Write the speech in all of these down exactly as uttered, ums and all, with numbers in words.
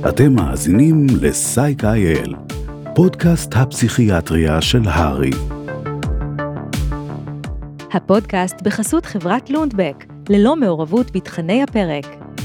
אתם מאזינים ל-Psych.il, פודקאסט הפסיכיאטריה של הרי. הפודקאסט בחסות חברת לונדבק, ללא מעורבות בתכני הפרק.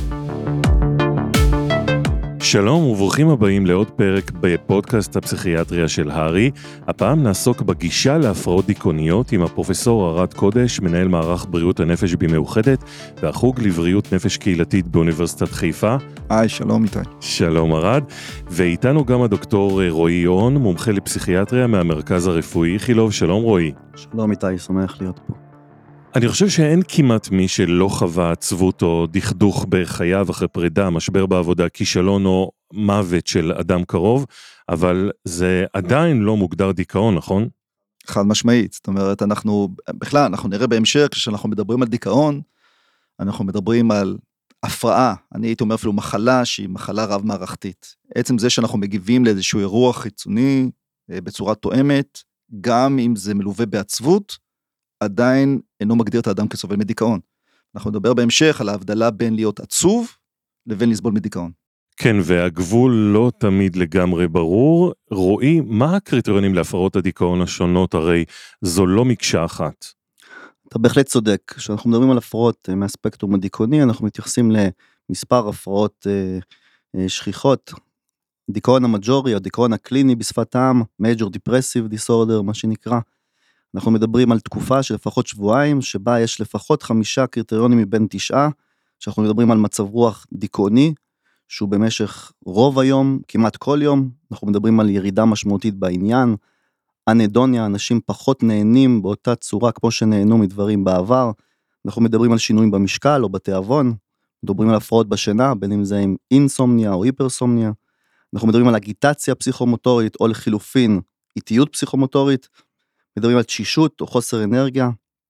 שלום וברוכים הבאים לעוד פרק בפודקאסט הפסיכיאטריה של הרי. הפעם נעסוק בגישה להפרעות דיכאוניות עם הפרופסור ארד קודש, מנהל מערך בריאות הנפש במאוחדת, והחוג לבריאות נפש קהילתית באוניברסיטת חיפה. היי, שלום איתי. שלום ארד. ואיתנו גם הדוקטור רועי יון, מומחה לפסיכיאטריה מהמרכז הרפואי איכילוב. שלום רועי. שלום איתי, שמח להיות פה. אני חושב שאין כמעט מי שלא חווה עצבות או דכדוך בחייו אחרי פרידה, משבר בעבודה, כישלון או מוות של אדם קרוב, אבל זה עדיין לא מוגדר דיכאון, נכון? חד משמעית, זאת אומרת, אנחנו, בכלל, אנחנו נראה בהמשך, כשאנחנו מדברים על דיכאון, אנחנו מדברים על הפרעה, אני הייתי אומר אפילו מחלה שהיא מחלה רב-מערכתית. עצם זה שאנחנו מגיבים לאיזשהו אירוע חיצוני, בצורה תואמת, גם אם זה מלווה בעצבות, עדיין אינו מגדיר את האדם כסובל מדיכאון. אנחנו נדבר בהמשך על ההבדלה בין להיות עצוב לבין לסבול מדיכאון. כן, והגבול לא תמיד לגמרי ברור. רועי, מה הקריטריונים להפרעות הדיכאון השונות? הרי זו לא מקשה אחת. אתה בהחלט צודק. כשאנחנו מדברים על הפרעות מהספקטרום הדיכאוני, אנחנו מתייחסים למספר הפרעות אה, אה, שכיחות. דיכאון המג'ורי, או דיכאון הקליני בשפת העם, Major Depressive Disorder, מה שנקרא. אנחנו מדברים על תקופה של לפחות שבועיים, שבה יש לפחות חמישה קריטריונים מבין תשעה, שאנחנו מדברים על מצב רוח דיכאוני, שהוא במשך רוב היום, כמעט כל יום, אנחנו מדברים על ירידה משמעותית בעניין, אנדוניה, אנשים פחות נהנים באותה צורה, כמו שנהנו מדברים בעבר, אנחנו מדברים על שינויים במשקל או בתיאבון, מדברים על הפרעות בשינה, בין אם זה עם אינסומניה או היפרסומניה, אנחנו מדברים על אגיטציה פסיכומוטורית, או לחילופין, איטיות פסיכומוטורית, מדברים על תשישות או חוסר אנרגיה,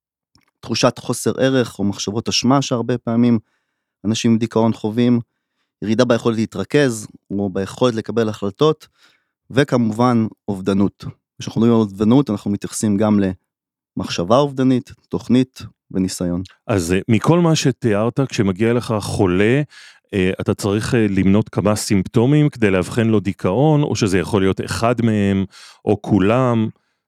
תחושת חוסר ערך או מחשבות אשמה שהרבה פעמים אנשים עם דיכאון חווים, ירידה ביכולת להתרכז או ביכולת לקבל החלטות, וכמובן אובדנות. כשאנחנו מדברים על אובדנות, אנחנו מתייחסים גם למחשבה אובדנית, תוכנית וניסיון. אז מכל מה שתיארת, כשמגיע לך חולה, אתה צריך למנות כמה סימפטומים כדי להבחן לו דיכאון, או שזה יכול להיות אחד מהם או כולם?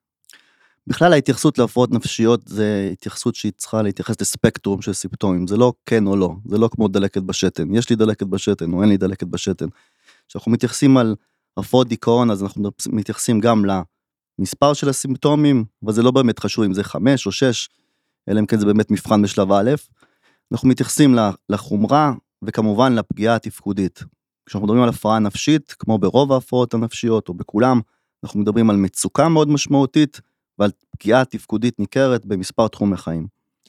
בכלל ההתייחסות להפרעות נפשיות זה התייחסות שהיא צריכה להתייחס לספקטרום של סימפטומים, זה לא כן או לא, זה לא כמו דלקת בשתן, יש לי דלקת בשתן או אין לי דלקת בשתן. כשאנחנו מתייחסים על הפרעות דיכאון, אז אנחנו מתייחסים גם למספר של הסימפטומים, אבל זה לא באמת חשוב אם זה חמש או שש, אלא אם כן זה באמת מבחן בשלב א', אנחנו מתייחסים לחומרה וכמובן לפגיעה התפקודית. כשאנחנו מדברים על הפרעה נפשית, כמו ברוב ההפרעות הנפשיות או בכולם, אנחנו מדברים על מצוקה מאוד משמעותית, ועל פגיעה תפקודית ניכרת במספר תחומי חיים.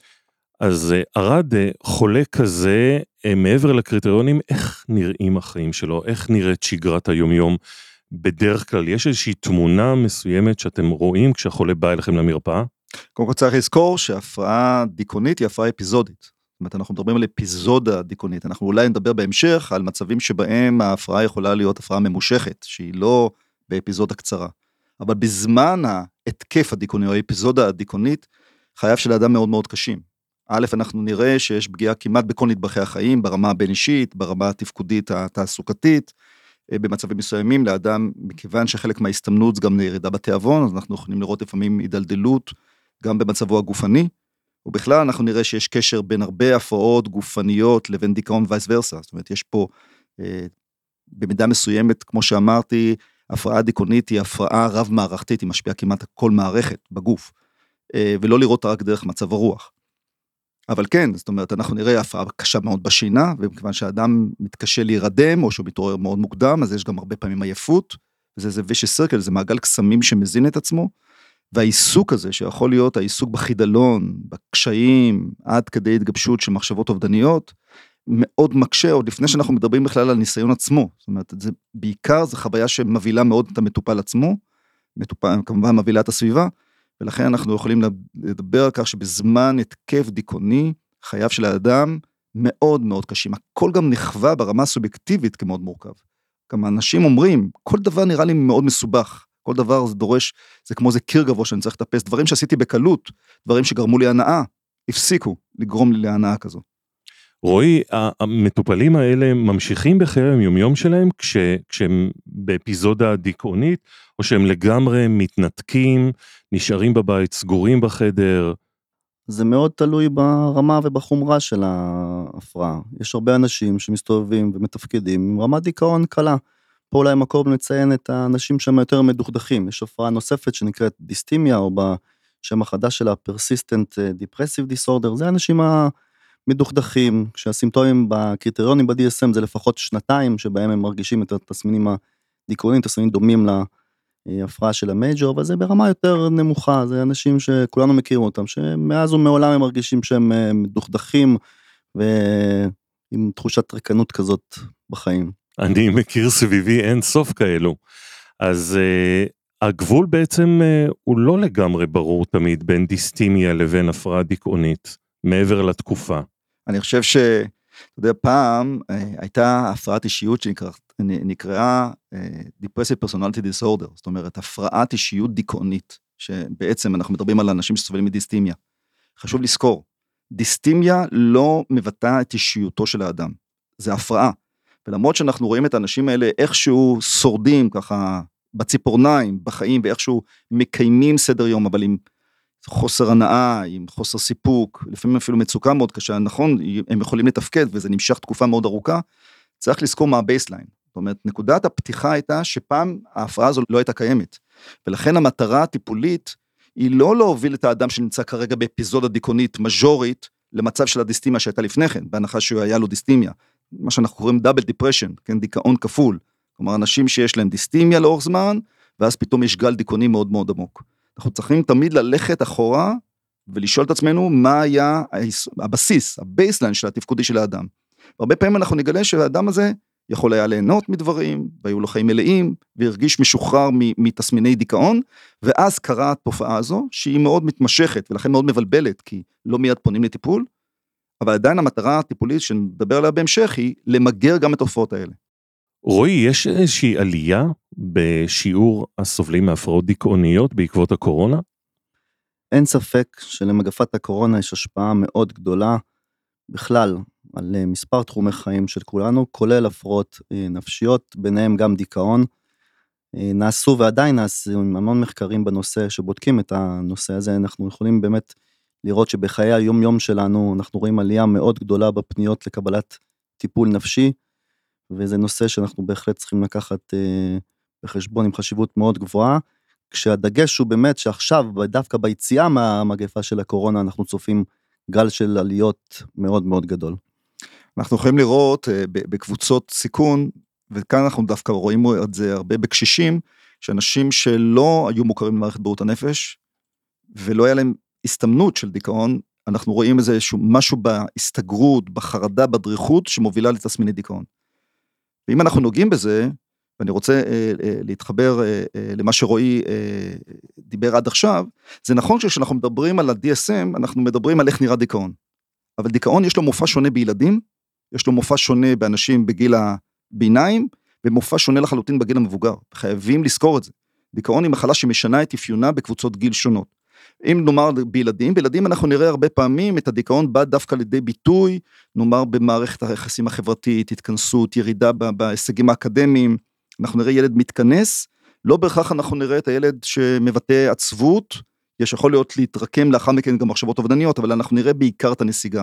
אז ארד, חולה כזה, מעבר לקריטריונים, איך נראים החיים שלו? איך נראית שגרת היומיום? בדרך כלל, יש איזושהי תמונה מסוימת שאתם רואים כשהחולה בא אליכם למרפאה? קודם כל צריך לזכור שהפרעה דיכאונית היא הפרעה אפיזודית. זאת אומרת, אנחנו מדברים על אפיזודה דיכאונית. אנחנו אולי נדבר בהמשך על מצבים שבהם ההפרעה יכולה להיות הפרעה ממושכת, שהיא לא באפיזודה קצרה. אבל בזמן ההתקף הדיכאוני או האפיזודה הדיכאונית, חייו של האדם מאוד מאוד קשים. א', אנחנו נראה שיש פגיעה כמעט בכל נדבכי החיים, ברמה הבין-אישית, ברמה התפקודית התעסוקתית, במצבים מסוימים לאדם, מכיוון שחלק מההסתמנות זה גם ירידה בתיאבון, אז אנחנו יכולים לראות לפעמים הידלדלות, גם במצבו הגופני, ובכלל אנחנו נראה שיש קשר בין הרבה הפרעות גופניות לבין דיכאון וייס ורסה, זאת אומרת, יש פה אה, במידה מסוימת, כמו שאמרתי, הפרעה דיכאונית היא הפרעה רב-מערכתית, היא משפיעה כמעט כל מערכת בגוף, ולא לראות רק דרך מצב הרוח. אבל כן, זאת אומרת, אנחנו נראה הפרעה קשה מאוד בשינה, וכיוון שהאדם מתקשה להירדם, או שהוא מתעורר מאוד מוקדם, אז יש גם הרבה פעמים עייפות, וזה זה vicious circle, זה מעגל קסמים שמזין את עצמו, והעיסוק הזה, שיכול להיות העיסוק בחידלון, בקשיים, עד כדי התגבשות של מחשבות אובדניות, מאוד מקשה, עוד לפני שאנחנו מדברים בכלל על ניסיון עצמו, זאת אומרת, זה, בעיקר זו חוויה שמבילה מאוד את המטופל עצמו, מטופל, כמובן מבילה את הסביבה, ולכן אנחנו יכולים לדבר על כך שבזמן התקף דיכאוני, חייו של האדם מאוד מאוד קשים, הכל גם נחווה ברמה סובייקטיבית כמאוד מורכב, כמה אנשים אומרים, כל דבר נראה לי מאוד מסובך, כל דבר זה דורש, זה כמו זה קיר גבוה שאני צריך לטפס, דברים שעשיתי בקלות, דברים שגרמו לי הנאה, הפסיקו לגרום לי להנאה כזו. רועי, המטופלים האלה ממשיכים בחיי היומיום שלהם כש, כשהם באפיזודה דיכאונית, או שהם לגמרי מתנתקים, נשארים בבית, סגורים בחדר? זה מאוד תלוי ברמה ובחומרה של ההפרעה. יש הרבה אנשים שמסתובבים ומתפקדים עם רמת דיכאון קלה. פה אולי מקום לציין את האנשים שהם יותר מדוכדכים. יש הפרעה נוספת שנקראת דיסטימיה, או בשם החדש שלה, Persistent Depressive Disorder. זה האנשים המדוכדכים, כשהסימפטומים בקריטריונים ב-די אס אם זה לפחות שנתיים, שבהם הם מרגישים את התסמינים הדיכאוניים, תסמינים דומים להפרעה של המייג'ור, אבל זה ברמה יותר נמוכה. זה אנשים שכולנו מכירים אותם, שמאז ומעולם הם מרגישים שהם מדוכדכים, ועם תחושת ריקנות כזאת בחיים. אני מכיר סביבי אין סוף כאלו. אז uh, הגבול בעצם uh, הוא לא לגמרי ברור תמיד בין דיסטימיה לבין הפרעה דיכאונית, מעבר לתקופה. אני חושב ש, אתה יודע, פעם uh, הייתה הפרעת אישיות שנקראה uh, Depressive Personality Disorder, זאת אומרת, הפרעת אישיות דיכאונית, שבעצם אנחנו מדברים על אנשים שסובלים מדיסטימיה. חשוב לזכור, דיסטימיה לא מבטא את אישיותו של האדם, זה הפרעה. ולמרות שאנחנו רואים את האנשים האלה איכשהו שורדים ככה בציפורניים, בחיים, ואיכשהו מקיימים סדר יום, אבל עם חוסר הנאה, עם חוסר סיפוק, לפעמים אפילו מצוקה מאוד קשה, נכון, הם יכולים לתפקד, וזה נמשך תקופה מאוד ארוכה, צריך לזכור מה הבייסליין. זאת אומרת, נקודת הפתיחה הייתה שפעם ההפרעה הזו לא הייתה קיימת, ולכן המטרה הטיפולית היא לא להוביל את האדם שנמצא כרגע באפיזודה דיכאונית מז'ורית, למצב של הדיסטימיה שהייתה לפני כן, בהנחה שהוא היה לו דיסטימיה, מה שאנחנו קוראים דאבל דיפרשן, כן, דיכאון כפול, כלומר אנשים שיש להם דיסטימיה לאורך זמן, ואז פתאום יש גל דיכאוני מאוד מאוד עמוק. אנחנו צריכים תמיד ללכת אחורה, ולשאול את עצמנו מה היה הבסיס, הבייסליין של התפקודי של האדם. והרבה פעמים אנחנו נגלה שהאדם הזה יכול היה ליהנות מדברים, והיו לו חיים מלאים, והרגיש משוחרר מתסמיני דיכאון, ואז קרה התופעה הזו, שהיא מאוד מתמשכת, ולכן מאוד מבלבלת, כי לא מיד פונים לטיפול, אבל עדיין המטרה הטיפולית שנדבר עליה בהמשך היא למגר גם את התופעות האלה. רועי, יש איזושהי עלייה בשיעור הסובלים מהפרעות דיכאוניות בעקבות הקורונה? אין ספק שלמגפת הקורונה יש השפעה מאוד גדולה בכלל על מספר תחומי חיים של כולנו, כולל הפרעות נפשיות, ביניהם גם דיכאון. נעשו ועדיין נעשו המון מחקרים בנושא שבודקים את הנושא הזה, אנחנו יכולים באמת לראות שבחיי היום יום שלנו אנחנו רואים עלייה מאוד גדולה בפניות לקבלת טיפול נפשי, וזה נושא שאנחנו בהחלט צריכים לקחת אה, בחשבון עם חשיבות מאוד גבוהה, כשהדגש הוא באמת שעכשיו דווקא ביציאה מהמגפה של הקורונה אנחנו צופים גל של עליות מאוד מאוד גדול. אנחנו יכולים לראות אה, בקבוצות סיכון, וכאן אנחנו דווקא רואים את זה הרבה בקשישים, שאנשים שלא היו מוכרים למערכת בריאות הנפש, ולא היה להם הסתמנות של דיכאון, אנחנו רואים איזה משהו בהסתגרות, בחרדה, בדריכות, שמובילה לתסמיני דיכאון. ואם אנחנו נוגעים בזה, ואני רוצה אה, אה, להתחבר אה, אה, למה שרועי אה, דיבר עד עכשיו, זה נכון שכשאנחנו מדברים על ה-די אס אם, אנחנו מדברים על איך נראה דיכאון. אבל דיכאון יש לו מופע שונה בילדים, יש לו מופע שונה באנשים בגיל הביניים, ומופע שונה לחלוטין בגיל המבוגר. חייבים לזכור את זה. דיכאון היא מחלה שמשנה את אפיונה בקבוצות גיל שונות. אם נאמר בילדים, בילדים אנחנו נראה הרבה פעמים את הדיכאון בא דווקא לידי ביטוי, נאמר במערכת היחסים החברתית, התכנסות, ירידה בהישגים האקדמיים, אנחנו נראה ילד מתכנס, לא בהכרח אנחנו נראה את הילד שמבטא עצבות, יש יכול להיות להתרקם לאחר מכן גם מחשבות אובדניות, אבל אנחנו נראה בעיקר את הנסיגה.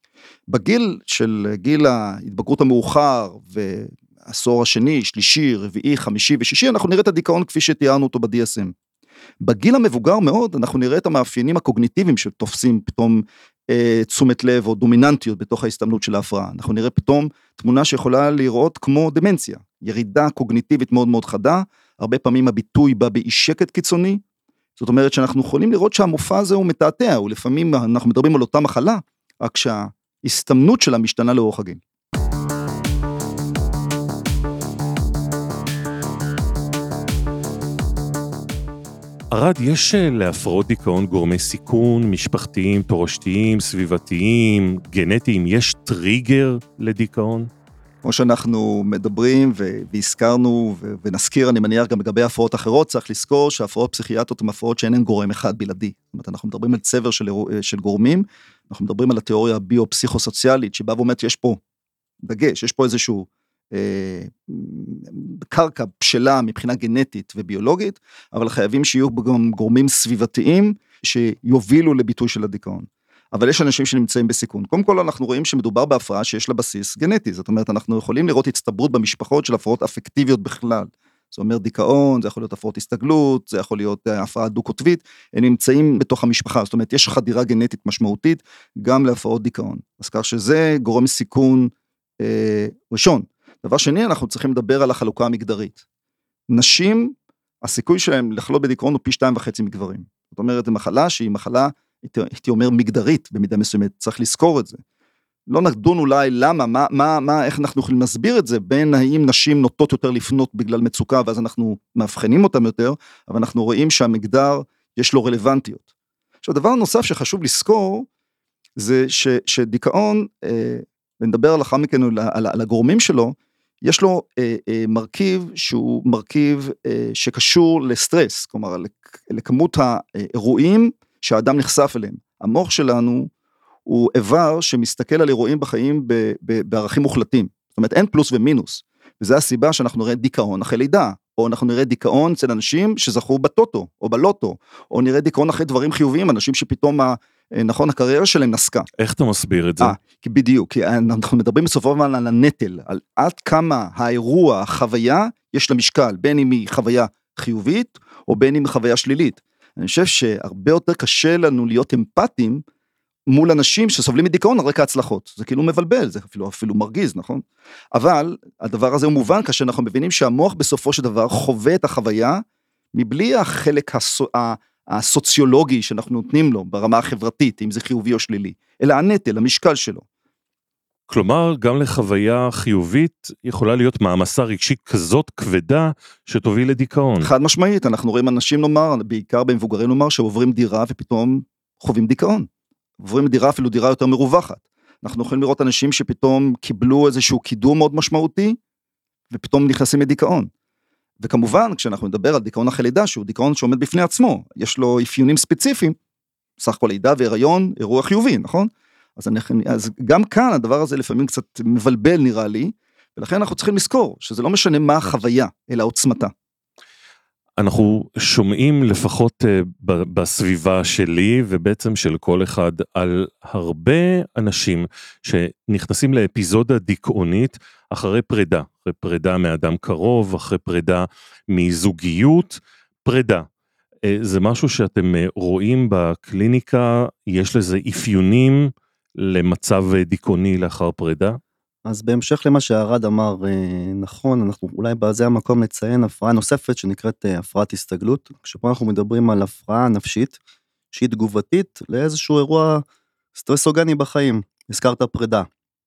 בגיל של גיל ההתבגרות המאוחר, והעשור השני, שלישי, רביעי, חמישי ושישי, אנחנו נראה את הדיכאון כפי שתיארנו אותו ב-די אס אם. בגיל המבוגר מאוד, אנחנו נראה את המאפיינים הקוגניטיביים שתופסים פתאום אה, תשומת לב או דומיננטיות בתוך ההסתמנות של ההפרעה. אנחנו נראה פתאום תמונה שיכולה לראות כמו דמנציה, ירידה קוגניטיבית מאוד מאוד חדה, הרבה פעמים הביטוי בא באי שקט קיצוני, זאת אומרת שאנחנו יכולים לראות שהמופע הזה הוא מתעתע, ולפעמים אנחנו מדברים על אותה מחלה, רק שההסתמנות שלה משתנה לאורך הגיל. ארד, יש להפרעות דיכאון גורמי סיכון, משפחתיים, תורשתיים, סביבתיים, גנטיים, יש טריגר לדיכאון? כמו שאנחנו מדברים והזכרנו ונזכיר, אני מניח גם לגבי הפרעות אחרות, צריך לזכור שהפרעות פסיכיאטריות הן הפרעות שאין גורם אחד בלעדי. זאת אומרת, אנחנו מדברים על צבר של, של גורמים, אנחנו מדברים על התיאוריה הביו-פסיכוסוציאלית, שבה ואומרת שיש פה דגש, יש פה איזשהו אה, קרקע בשלה מבחינה גנטית וביולוגית, אבל חייבים שיהיו גם גורמים סביבתיים, שיובילו לביטוי של הדיכאון. אבל יש אנשים שנמצאים בסיכון. קודם כל אנחנו רואים שמדובר בהפרעה שיש לה בסיס גנטי, זאת אומרת אנחנו יכולים לראות הצטברות במשפחות של הפרעות אפקטיביות בכלל. זאת אומרת דיכאון, זה יכול להיות הפרעות הסתגלות, זה יכול להיות הפרעה דו-קוטבית, הם נמצאים בתוך המשפחה, זאת אומרת יש חדירה גנטית משמעותית גם להפרעות דיכאון. אז כך שזה גורם סיכון אה, ראשון. דבר שני, אנחנו צריכים לדבר על החלוקה המגדרית. נשים, הסיכוי שלהם לחלות בדיכאון הוא פי שתיים וחצי מגברים. זאת אומרת, זו מחלה שהיא מחלה, הייתי אומר מגדרית במידה מסוימת, צריך לזכור את זה. לא נדון אולי למה, מה, מה, מה, איך אנחנו יכולים להסביר את זה, בין האם נשים נוטות יותר לפנות בגלל מצוקה, ואז אנחנו מאבחנים אותם יותר, אבל אנחנו רואים שהמגדר יש לו רלוונטיות. עכשיו, דבר נוסף שחשוב לזכור, זה ש, שדיכאון, אה, ונדבר על אחר מכן על, על, על הגורמים שלו, יש לו אה, אה, מרכיב שהוא מרכיב אה, שקשור לסטרס, כלומר, לכמות האירועים שהאדם נחשף אליהם. המוח שלנו הוא איבר שמסתכל על אירועים בחיים ב, ב, בערכים מוחלטים. זאת אומרת, אין פלוס ומינוס. וזו הסיבה שאנחנו נראה דיכאון אחרי לידה, או אנחנו נראה דיכאון אצל אנשים שזכו בטוטו, או בלוטו, או נראה דיכאון אחרי דברים חיוביים, אנשים שפתאום, נכון, הקריירה שלהם נסקה. איך אתה מסביר את זה? 아, כי בדיוק, כי אנחנו מדברים בסופו של דבר על הנטל, על עד כמה האירוע, החוויה, יש לה משקל, בין אם היא חוויה חיובית, או בין אם היא חוויה שלילית. אני חושב שהרבה יותר קשה לנו להיות אמפתיים, מול אנשים שסובלים מדיכאון על רקע הצלחות. זה כאילו מבלבל, זה אפילו, אפילו מרגיז, נכון? אבל הדבר הזה הוא מובן, כאשר אנחנו מבינים שהמוח בסופו של דבר חווה את החוויה, מבלי החלק הסו, הסוציולוגי שאנחנו נותנים לו, ברמה החברתית, אם זה חיובי או שלילי, אלא הנטל, המשקל שלו. כלומר, גם לחוויה חיובית יכולה להיות מעמסה רגשית כזאת כבדה, שתוביל לדיכאון. חד משמעית, אנחנו רואים אנשים לומר, בעיקר במבוגרים לומר, שעוברים דירה ופתאום חווים דיכאון. עוברים דירה, אפילו דירה יותר מרווחת. אנחנו יכולים לראות אנשים שפתאום קיבלו איזשהו קידום מאוד משמעותי, ופתאום נכנסים לדיכאון. וכמובן, כשאנחנו נדבר על דיכאון אחרי לידה, שהוא דיכאון שעומד בפני עצמו, יש לו אפיונים ספציפיים, סך הכל לידה והיריון, אירוע חיובי, נכון? אז, אני, אז גם כאן הדבר הזה לפעמים קצת מבלבל נראה לי, ולכן אנחנו צריכים לזכור, שזה לא משנה מה החוויה, אלא עוצמתה. אנחנו שומעים לפחות בסביבה שלי ובעצם של כל אחד על הרבה אנשים שנכנסים לאפיזודה דיכאונית אחרי פרידה, אחרי פרידה מאדם קרוב, אחרי פרידה מזוגיות, פרידה. זה משהו שאתם רואים בקליניקה, יש לזה אפיונים למצב דיכאוני לאחר פרידה? אז בהמשך למה שהרד אמר, נכון, אנחנו אולי בזה המקום לציין הפרעה נוספת שנקראת הפרעת הסתגלות, כשפה אנחנו מדברים על הפרעה נפשית, שהיא תגובתית לאיזשהו אירוע סטרסוגני בחיים, הזכרת פרידה.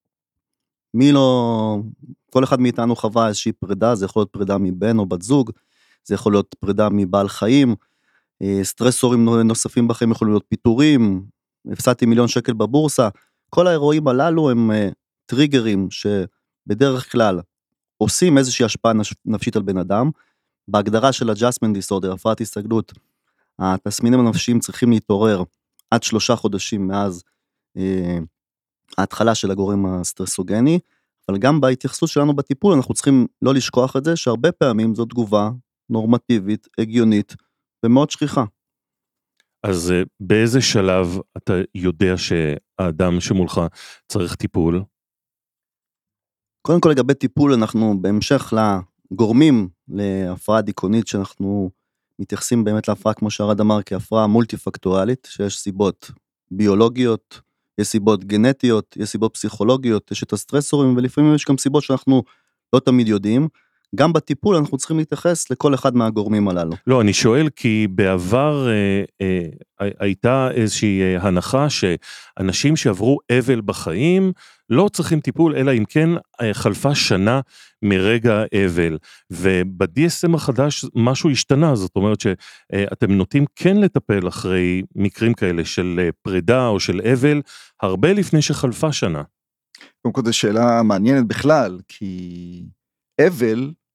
מי לא, כל אחד מאיתנו חווה איזושהי פרידה, זה יכול להיות פרידה מבן או בת זוג, זה יכול להיות פרידה מבעל חיים, סטרסורים נוספים בחיים יכולים להיות פיטורים, הפסדתי מיליון שקל בבורסה, כל האירועים הללו הם טריגרים שבדרך כלל עושים איזושהי השפעה נפשית על בן אדם, בהגדרה של adjustment disorder, הפרעת הסתגלות, התסמינים הנפשיים צריכים להתעורר עד שלושה חודשים מאז אה, ההתחלה של הגורם הסטרסוגני, אבל גם בהתייחסות שלנו בטיפול אנחנו צריכים לא לשכוח את זה, שהרבה פעמים זו תגובה נורמטיבית, הגיונית ומאוד שכיחה. אז באיזה שלב אתה יודע שהאדם שמולך צריך טיפול? קודם כל לגבי טיפול, אנחנו בהמשך לגורמים להפרעה דיכאונית, שאנחנו מתייחסים באמת להפרעה, כמו שהרד אמר, כהפרעה מולטי-פקטורלית, שיש סיבות ביולוגיות, יש סיבות גנטיות, יש סיבות פסיכולוגיות, יש את הסטרסורים, ולפעמים יש גם סיבות שאנחנו לא תמיד יודעים. גם בטיפול אנחנו צריכים להתייחס לכל אחד מהגורמים הללו. לא, אני שואל כי בעבר אה, אה, הייתה איזושהי הנחה שאנשים שעברו אבל בחיים לא צריכים טיפול, אלא אם כן אה, חלפה שנה מרגע אבל. וב-די אס אם החדש משהו השתנה, זאת אומרת שאתם נוטים כן לטפל אחרי מקרים כאלה של פרידה או של אבל, הרבה לפני שחלפה שנה. קודם כל זו שאלה מעניינת בכלל, כי אבל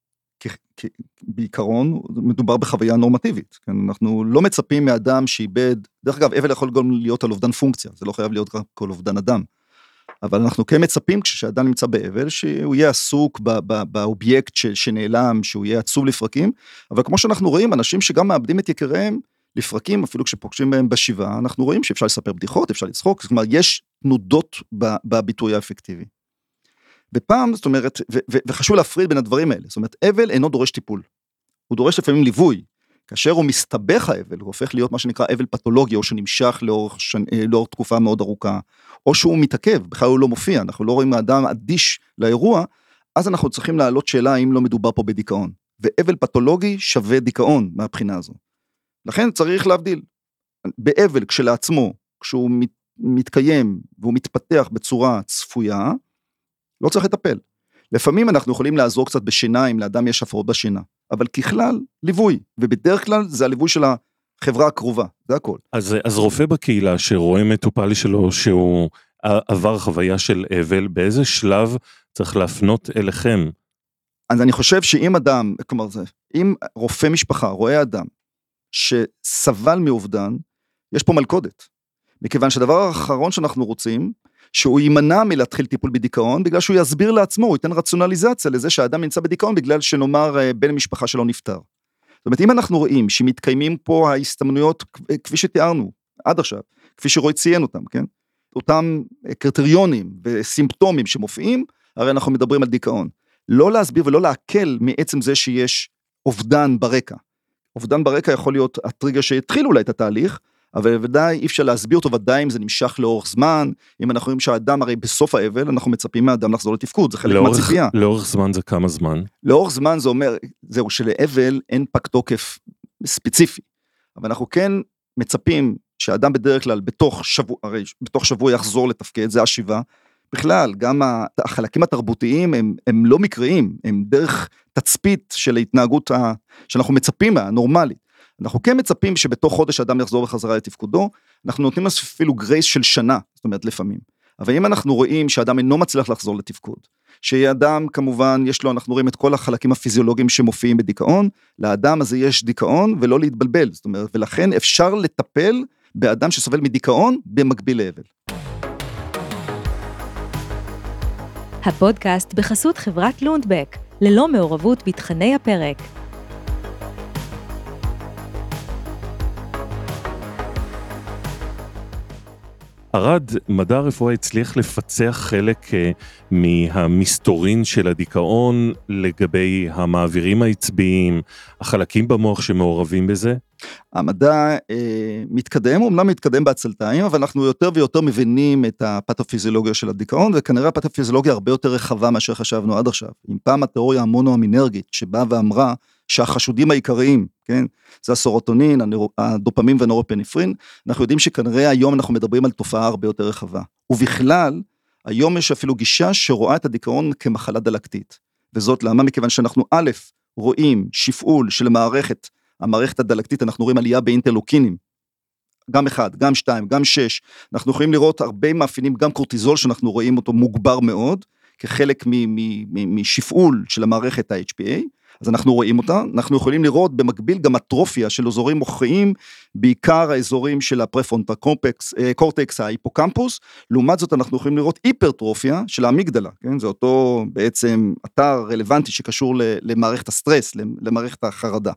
בעיקרון מדובר בחוויה נורמטיבית, כן? אנחנו לא מצפים מאדם שאיבד, דרך אגב, אבל יכול גם להיות על אובדן פונקציה, זה לא חייב להיות רק כל אובדן אדם, אבל אנחנו כן מצפים כשאדם נמצא באבל, שהוא יהיה עסוק באובייקט שנעלם, שהוא יהיה עצוב לפרקים, אבל כמו שאנחנו רואים, אנשים שגם מאבדים את יקיריהם לפרקים, אפילו כשפוגשים בהם בשבעה, אנחנו רואים שאפשר לספר בדיחות, אפשר לצחוק, זאת אומרת, יש תנודות בביטוי האפקטיבי. ופעם, זאת אומרת, ו- ו- וחשוב להפריד בין הדברים האלה, זאת אומרת, אבל אינו דורש טיפול, הוא דורש לפעמים ליווי, כאשר הוא מסתבך האבל, הוא הופך להיות מה שנקרא אבל פתולוגי, או שנמשך לאורך, שנ... לאורך תקופה מאוד ארוכה, או שהוא מתעכב, בכלל הוא לא מופיע, אנחנו לא רואים האדם אדיש לאירוע, אז אנחנו צריכים להעלות שאלה האם לא מדובר פה בדיכאון, ואבל פתולוגי שווה דיכאון מהבחינה הזו. לכן צריך להבדיל, באבל כשלעצמו, כשהוא מת... מתקיים, והוא מתפתח בצורה צפויה, לא צריך לטפל. לפעמים אנחנו יכולים לעזור קצת בשינה, אם לאדם יש הפרעות בשינה, אבל ככלל, ליווי, ובדרך כלל זה הליווי של החברה הקרובה, זה הכל. אז, אז רופא בקהילה שרואה מטופל שלו, שהוא עבר חוויה של אבל, באיזה שלב צריך להפנות אליכם? אז אני חושב שאם אדם, כלומר זה, אם רופא משפחה רואה אדם, שסבל מאובדן, יש פה מלכודת, מכיוון שהדבר האחרון שאנחנו רוצים, שהוא יימנע מלהתחיל טיפול בדיכאון, בגלל שהוא יסביר לעצמו, הוא ייתן רציונליזציה לזה שהאדם נמצא בדיכאון, בגלל שנאמר בן המשפחה שלו נפטר. זאת אומרת, אם אנחנו רואים שמתקיימים פה ההסתמנויות, כפי שתיארנו, עד עכשיו, כפי שרוי ציין אותם, כן? אותם קריטריונים וסימפטומים שמופיעים, הרי אנחנו מדברים על דיכאון. לא להסביר ולא להקל מעצם זה שיש אובדן ברקע. אובדן ברקע יכול להיות הטריגר שהתחיל אולי את התהליך, אבל ודאי אי אפשר להסביר אותו, ודאי אם זה נמשך לאורך זמן, אם אנחנו רואים שהאדם הרי בסוף האבל, אנחנו מצפים מהאדם לחזור לתפקוד, זה חלק מהציפייה. לאורך זמן זה כמה זמן? לאורך זמן זה אומר, זהו, שלאבל אין פג תוקף ספציפי, אבל אנחנו כן מצפים שהאדם בדרך כלל בתוך שבוע, הרי בתוך שבוע יחזור לתפקד, זה השיבה, בכלל, גם החלקים התרבותיים הם, הם לא מקריים, הם דרך תצפית של ההתנהגות ה, שאנחנו מצפים מה, נורמלית. אנחנו כן מצפים שבתוך חודש האדם יחזור בחזרה לתפקודו, אנחנו נותנים אפילו גרייס של שנה, זאת אומרת לפעמים. אבל אם אנחנו רואים שהאדם אינו מצליח לחזור לתפקוד, שהאדם כמובן יש לו, אנחנו רואים את כל החלקים הפיזיולוגיים שמופיעים בדיכאון, לאדם הזה יש דיכאון ולא להתבלבל, זאת אומרת, ולכן אפשר לטפל באדם שסובל מדיכאון במקביל לאבל. הפודקאסט בחסות חברת לונדבק, ללא מעורבות בתכני הפרק. ארד, מדע הרפואה הצליח לפצח חלק uh, מהמסתורין של הדיכאון לגבי המעבירים העצביים, החלקים במוח שמעורבים בזה? המדע אה, מתקדם, אומנם מתקדם בעצלתיים, אבל אנחנו יותר ויותר מבינים את הפתופיזיולוגיה של הדיכאון, וכנראה הפתופיזיולוגיה הרבה יותר רחבה מאשר חשבנו עד עכשיו. אם פעם התיאוריה המונואמינרגית שבאה ואמרה שהחשודים העיקריים, כן, זה הסרוטונין, הדופמין והנורפנפרין, אנחנו יודעים שכנראה היום אנחנו מדברים על תופעה הרבה יותר רחבה. ובכלל, היום יש אפילו גישה שרואה את הדיכאון כמחלה דלקתית. וזאת למה? מכיוון שאנחנו א', רואים שפעול של מערכת, המערכת הדלקתית, אנחנו רואים עלייה באינטרלוקינים, גם אחד, גם שתיים, גם שש, אנחנו יכולים לראות הרבה מאפיינים, גם קורטיזול שאנחנו רואים אותו מוגבר מאוד, כחלק משפעול של המערכת ה-אייץ' פי איי, אז אנחנו רואים אותה, אנחנו יכולים לראות במקביל גם אטרופיה של אזורים מוחיים, בעיקר האזורים של הפרפרונטל קורטקס, ההיפוקמפוס, לעומת זאת אנחנו יכולים לראות היפרטרופיה של האמיגדלה, כן? זה אותו בעצם אתר רלוונטי שקשור למערכת הסטרס, למערכת החרדה.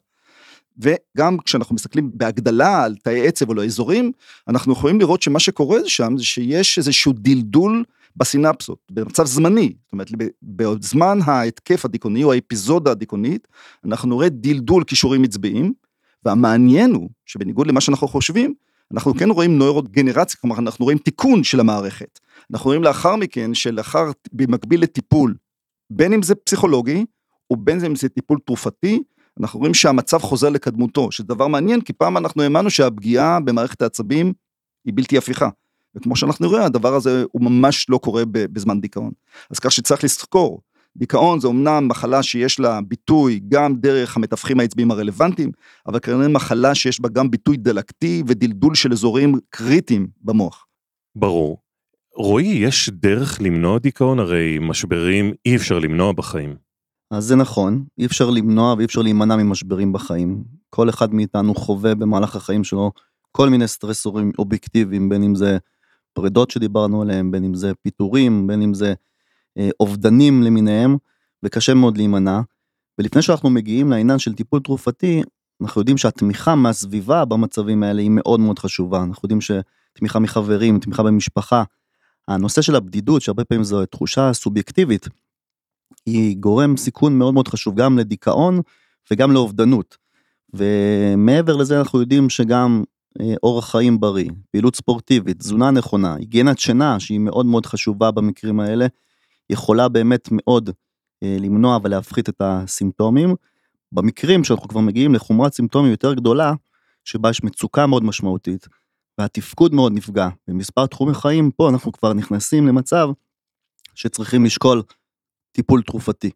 וגם כשאנחנו מסתכלים בהגדלה על תאי עצב או לא אזורים, אנחנו יכולים לראות שמה שקורה שם זה שיש איזשהו דלדול בסינפסות, במצב זמני, זאת אומרת, בזמן ההתקף הדיכאוני או האפיזודה הדיכאונית, אנחנו רואים דלדול קישורים עצביים, והמעניין הוא שבניגוד למה שאנחנו חושבים, אנחנו כן רואים נוירוגנרציה, כלומר אנחנו רואים תיקון של המערכת, אנחנו רואים לאחר מכן שלאחר, במקביל לטיפול, בין אם זה פסיכולוגי, או בין אם זה טיפול תרופתי, אנחנו רואים שהמצב חוזר לקדמותו, שזה דבר מעניין, כי פעם אנחנו האמנו שהפגיעה במערכת העצבים היא בלתי הפיכה, וכמו שאנחנו רואים, הדבר הזה הוא ממש לא קורה בזמן דיכאון. אז כך שצריך לזכור, דיכאון זה אומנם מחלה שיש לה ביטוי גם דרך המתווכים העצביים הרלוונטיים, אבל כנראה מחלה שיש בה גם ביטוי דלקתי ודלדול של אזורים קריטיים במוח. ברור. רועי, יש דרך למנוע דיכאון? הרי משברים אי אפשר למנוע בחיים. אז זה נכון, אי אפשר למנוע ואי אפשר להימנע ממשברים בחיים. כל אחד מאיתנו חווה במהלך החיים שלו כל מיני סטרסורים אובייקטיביים, בין אם זה פרידות שדיברנו עליהם, בין אם זה פיטורים, בין אם זה אה, אובדנים למיניהם, וקשה מאוד להימנע. ולפני שאנחנו מגיעים לעניין של טיפול תרופתי, אנחנו יודעים שהתמיכה מהסביבה במצבים האלה היא מאוד מאוד חשובה. אנחנו יודעים שתמיכה מחברים, תמיכה במשפחה, הנושא של הבדידות, שהרבה פעמים זו תחושה סובייקטיבית, היא גורם סיכון מאוד מאוד חשוב, גם לדיכאון וגם לאובדנות. ומעבר לזה אנחנו יודעים שגם אורח חיים בריא, פעילות ספורטיבית, תזונה נכונה, היגיינת שינה, שהיא מאוד מאוד חשובה במקרים האלה, יכולה באמת מאוד למנוע ולהפחית את הסימפטומים. במקרים שאנחנו כבר מגיעים לחומרת סימפטומים יותר גדולה, שבה יש מצוקה מאוד משמעותית, והתפקוד מאוד נפגע, במספר תחומי חיים, פה אנחנו כבר נכנסים למצב שצריכים לשקול טיפול תרופתי.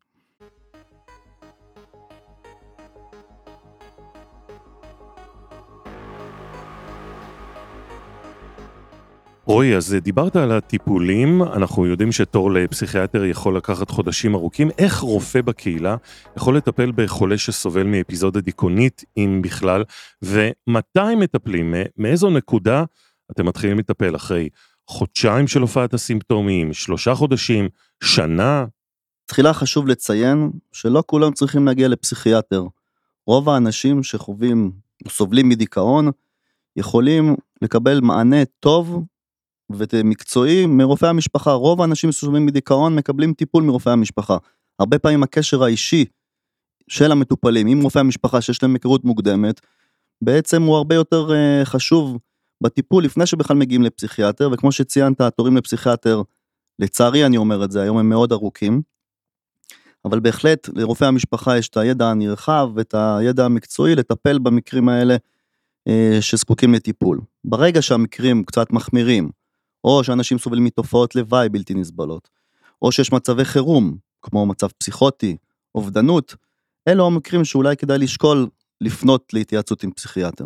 רועי, אז דיברת על הטיפולים, אנחנו יודעים שתור לפסיכיאטר יכול לקחת חודשים ארוכים, איך רופא בקהילה יכול לטפל בחולה שסובל מאפיזודה דיכאונית, אם בכלל, ומתי מטפלים, מאיזו נקודה אתם מתחילים לטפל, אחרי חודשיים של הופעת הסימפטומים, שלושה חודשים, שנה? תחילה חשוב לציין שלא כולם צריכים להגיע לפסיכיאטר, רוב האנשים שחווים או סובלים מדיכאון, יכולים לקבל מענה טוב ומקצועי מרופאי המשפחה. רוב האנשים שסובלים מדיכאון מקבלים טיפול מרופאי המשפחה. הרבה פעמים הקשר האישי של המטופלים עם רופאי המשפחה שיש להם היכרות מוקדמת, בעצם הוא הרבה יותר חשוב בטיפול לפני שבכלל מגיעים לפסיכיאטר, וכמו שציינת, התורים לפסיכיאטר, לצערי אני אומר את זה, היום הם מאוד ארוכים, אבל בהחלט לרופאי המשפחה יש את הידע הנרחב ואת הידע המקצועי לטפל במקרים האלה שזקוקים לטיפול. ברגע שהמקרים קצת מחמירים, או שאנשים סובלים מתופעות לוואי בלתי נסבלות, או שיש מצבי חירום, כמו מצב פסיכוטי, אובדנות, אלו המקרים שאולי כדאי לשקול לפנות להתייעצות עם פסיכיאטר.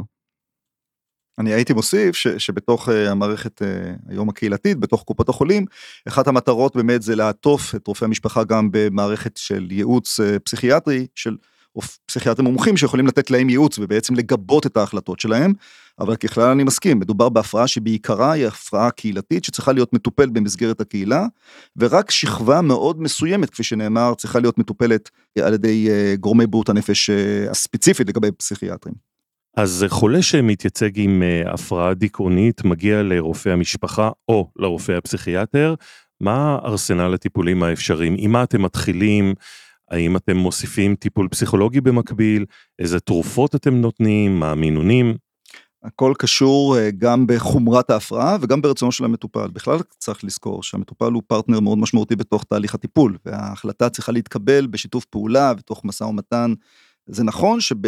אני הייתי מוסיף ש, שבתוך uh, המערכת uh, היום הקהילתית, בתוך קופות החולים, אחת המטרות באמת זה לעטוף את רופאי המשפחה גם במערכת של ייעוץ uh, פסיכיאטרי, של פסיכיאטרים מומחים שיכולים לתת להם ייעוץ ובעצם לגבות את ההחלטות שלהם, אבל ככלל אני מסכים, מדובר בהפרעה שבעיקרה היא הפרעה קהילתית שצריכה להיות מטופלת במסגרת הקהילה, ורק שכבה מאוד מסוימת, כפי שנאמר, צריכה להיות מטופלת על ידי uh, גורמי בריאות הנפש uh, הספציפית לגבי פסיכיאטרים. אז חולה שמתייצג עם הפרעה דיכאונית מגיע לרופא המשפחה או לרופא הפסיכיאטר, מה ארסנל הטיפולים האפשריים? עם מה אתם מתחילים? האם אתם מוסיפים טיפול פסיכולוגי במקביל? איזה תרופות אתם נותנים? מה המינונים? הכל קשור גם בחומרת ההפרעה וגם ברצונו של המטופל. בכלל צריך לזכור שהמטופל הוא פרטנר מאוד משמעותי בתוך תהליך הטיפול, וההחלטה צריכה להתקבל בשיתוף פעולה ותוך משא ומתן. זה נכון שב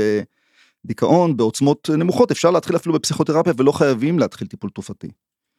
דיכאון בעוצמות נמוכות, אפשר להתחיל אפילו בפסיכותרפיה, ולא חייבים להתחיל טיפול תרופתי.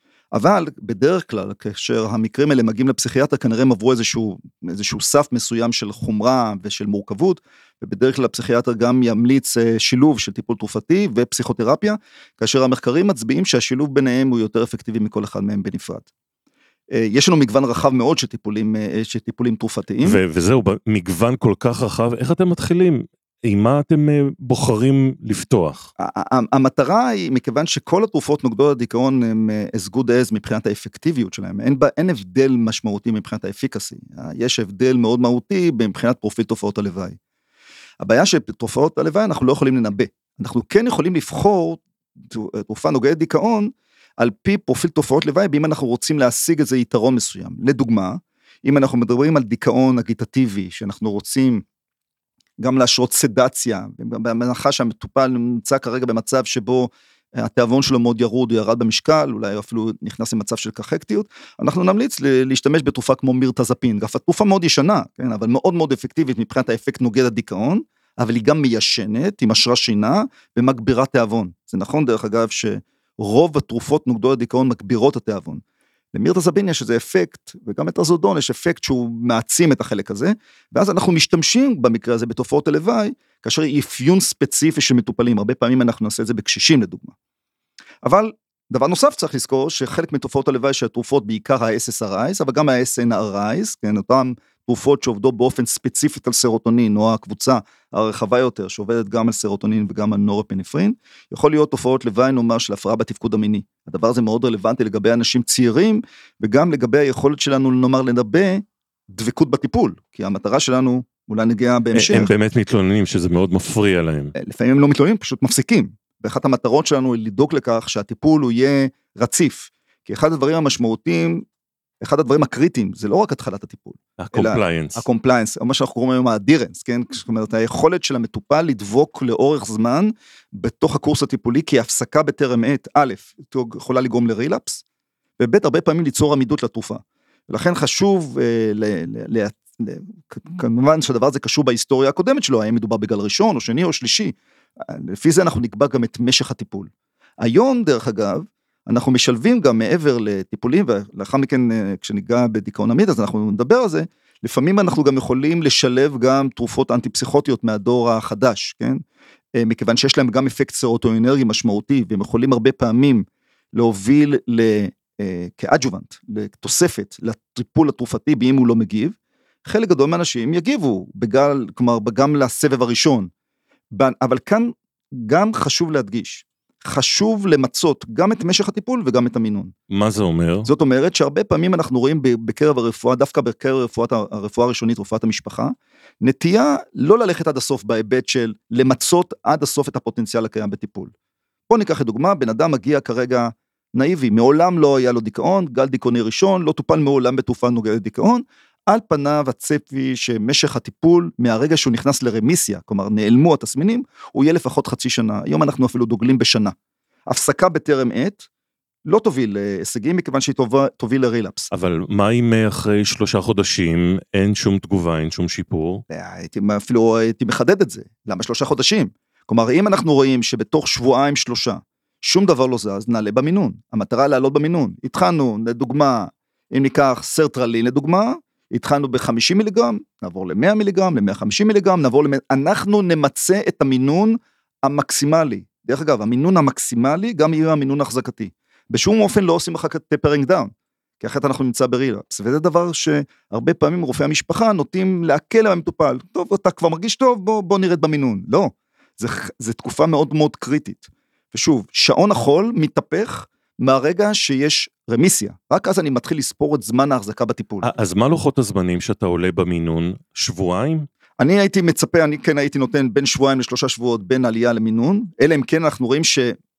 אבל בדרך כלל, כאשר המקרים האלה מגיעים לפסיכיאטר, כנראה הם עברו איזשהו, איזשהו סף מסוים של חומרה ושל מורכבות, ובדרך כלל הפסיכיאטר גם ימליץ שילוב של טיפול תרופתי ופסיכותרפיה, כאשר המחקרים מצביעים שהשילוב ביניהם הוא יותר אפקטיבי מכל אחד מהם בנפרד. יש לנו מגוון רחב מאוד של טיפולים, של טיפולים תרופתיים. ו- וזהו, מגוון כל כך רחב, איך אתם מתחילים? עם מה אתם בוחרים לפתוח? המטרה היא, מכיוון שכל התרופות נוגדות הדיכאון הם as good as מבחינת האפקטיביות שלהם, אין, אין הבדל משמעותי מבחינת האפיקסי, יש הבדל מאוד מהותי מבחינת פרופיל תופעות הלוואי. הבעיה שתופעות הלוואי אנחנו לא יכולים לנבא, אנחנו כן יכולים לבחור תרופה נוגדת דיכאון, על פי פרופיל תופעות לוואי, באם אנחנו רוצים להשיג איזה יתרון מסוים. לדוגמה, אם אנחנו מדברים על דיכאון אגיטטיבי, שאנחנו רוצים גם להשרות סדציה, בהנחה שהמטופל נמצא כרגע במצב שבו התיאבון שלו מאוד ירוד, הוא ירד במשקל, אולי אפילו נכנס למצב של קחקטיות, אנחנו נמליץ להשתמש בתרופה כמו מירטזפין, אף התרופה מאוד ישנה, כן, אבל מאוד מאוד אפקטיבית מבחינת האפקט נוגד הדיכאון, אבל היא גם מיישנת, היא משרה שינה, ומגבירה תיאבון. זה נכון דרך אגב שרוב התרופות נוגדות הדיכאון מגבירות התיאבון. למירטזפין יש איזה אפקט, וגם לטרזודון יש אפקט שהוא מעצים את החלק הזה, ואז אנחנו משתמשים במקרה הזה בתופעות הלוואי, כאשר היא אפיון ספציפי של מטופלים, הרבה פעמים אנחנו נעשה את זה בקשישים לדוגמה. אבל דבר נוסף צריך לזכור, שחלק מתופעות הלוואי של התרופות, בעיקר ה-אס אס אר איז, אבל גם ה-אס אן אר איז, כן, אותם תרופות שעובדות באופן ספציפית על סרוטונין, או הקבוצה הרחבה יותר, שעובדת גם על סרוטונין וגם על נורפינפרין, יכול להיות תופעות לוואי נאמר של הפרעה בתפקוד המיני. הדבר הזה מאוד רלוונטי לגבי אנשים צעירים, וגם לגבי היכולת שלנו נאמר לנבא דבקות בטיפול, כי המטרה שלנו אולי נגיע בהמשך. הם באמת מתלוננים שזה מאוד מפריע להם. לפעמים הם לא מתלוננים, פשוט מפסיקים. ואחת המטרות שלנו היא לדאוג לכך שהטיפול הוא יהיה רציף. כי אחד הדברים המשמעותיים, אחד הדברים הקריטיים, זה לא רק התחלת הטיפול. הקומפליינס. הקומפליינס, או מה שאנחנו קוראים היום האדירנס, כן? זאת אומרת, היכולת של המטופל לדבוק לאורך זמן, בתוך הקורס הטיפולי, כי הפסקה בטרם עת, א', יכולה לגרום לרילאפס, וב', הרבה פעמים ליצור עמידות לתרופה. ולכן חשוב, ל, ל, ל, ל, כמובן שהדבר הזה קשור בהיסטוריה הקודמת שלו, האם מדובר בגל ראשון, או שני, או שלישי. לפי זה אנחנו נקבע גם את משך הטיפול. היום, דרך אגב, אנחנו משלבים גם מעבר לטיפולים, ולאחר מכן כשניגע בדיכאון עמיד, אז אנחנו נדבר על זה, לפעמים אנחנו גם יכולים לשלב גם תרופות אנטי-פסיכוטיות מהדור החדש, כן? מכיוון שיש להם גם אפקט סרוטונינרגי משמעותי, והם יכולים הרבה פעמים להוביל כאדג'ובנט, לתוספת, לטיפול התרופתי, באם הוא לא מגיב, חלק גדול מהאנשים יגיבו, בגל, כלומר, גם לסבב הראשון, אבל כאן גם חשוב להדגיש, חשוב למצות גם את משך הטיפול וגם את המינון. מה זה אומר? זאת אומרת שהרבה פעמים אנחנו רואים בקרב הרפואה, דווקא בקרב רפואת, הרפואה הראשונית, רפואת המשפחה, נטייה לא ללכת עד הסוף בהיבט של למצות עד הסוף את הפוטנציאל הקיים בטיפול. בוא ניקח לדוגמה, בן אדם מגיע כרגע נאיבי, מעולם לא היה לו דיכאון, גל דיכאוני ראשון, לא טופל מעולם בתרופה נוגדת דיכאון, על פניו הצפי שמשך הטיפול, מהרגע שהוא נכנס לרמיסיה, כלומר נעלמו התסמינים, הוא יהיה לפחות חצי שנה. היום אנחנו אפילו דוגלים בשנה. הפסקה בטרם עת, לא תוביל להישגים, מכיוון שהיא תוביל לרילאפס. אבל מה אם אחרי שלושה חודשים, אין שום תגובה, אין שום שיפור? הייתי, אפילו הייתי מחדד את זה. למה שלושה חודשים? כלומר, אם אנחנו רואים שבתוך שבועיים שלושה, שום דבר לא זז, נעלה במינון. המטרה לעלות במינון. התחלנו, לדוגמה, אם ניקח סרטרלין, לדוגמה, התחלנו ב-חמישים מיליגרם, נעבור ל-מאה מיליגרם, ל-מאה וחמישים מיליגרם, נעבור ל... אנחנו נמצא את המינון המקסימלי. דרך אגב, המינון המקסימלי גם יהיה המינון החזקתי. בשום אופן לא עושים אחר כך טפרינג דאון, כי אחרת אנחנו נמצא ברילאפס, וזה דבר שהרבה פעמים רופאי המשפחה נוטים להקל על המטופל. טוב, אתה כבר מרגיש טוב, בוא, בוא נרד במינון. לא, זה, זה תקופה מאוד מאוד קריטית. ושוב, שעון החול מתהפך מהרגע שיש רמיסיה. רק אז אני מתחיל לספור את זמן ההחזקה בטיפול. אז מה לוחות הזמנים שאתה עולה במינון? שבועיים? אני הייתי מצפה, אני כן הייתי נותן בין שבועיים לשלושה שבועות בין עלייה למינון, אלא אם כן אנחנו רואים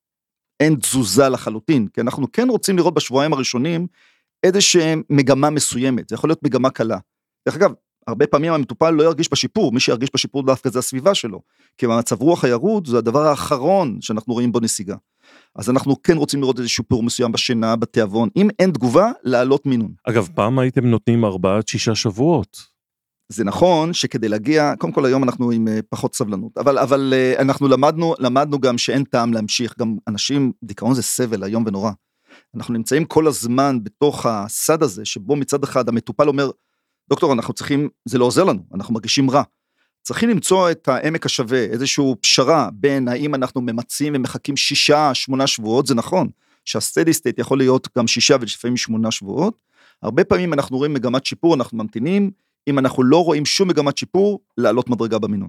שאין תזוזה לחלוטין, כי אנחנו כן רוצים לראות בשבועיים הראשונים איזושהי מגמה מסוימת, זה יכול להיות מגמה קלה. דרך אגב, הרבה פעמים המטופל לא ירגיש בשיפור, מי שירגיש בשיפור דווקא זה הסביבה שלו, כי המצב רוח הירוד זה הדבר האחרון שאנחנו רואים בו נסיגה. אז אנחנו כן רוצים לראות איזה שיפור מסוים בשינה, בתיאבון, אם אין תגובה, לעלות מינון. אגב, פעם הייתם נותנים ארבעה עד שישה שבועות. זה נכון שכדי להגיע, קודם כל היום אנחנו עם פחות סבלנות, אבל, אבל אנחנו למדנו, למדנו גם שאין טעם להמשיך, גם אנשים, דיכאון זה סבל, היום ונורא. אנחנו נמצאים כל הזמן בתוך הסד הזה, שבו מצד אחד המטופל אומר, דוקטור, אנחנו צריכים, זה לא עוזר לנו, אנחנו מרגישים רע. צריכים למצוא את העמק השווה, איזשהו פשרה בין האם אנחנו ממצים ומחכים שישה, שמונה שבועות, זה נכון, שהסטדי סטייט יכול להיות גם שישה ולפעמים שמונה שבועות, הרבה פעמים אנחנו רואים מגמת שיפור, אנחנו ממתינים, אם אנחנו לא רואים שום מגמת שיפור, לעלות מדרגה במינון.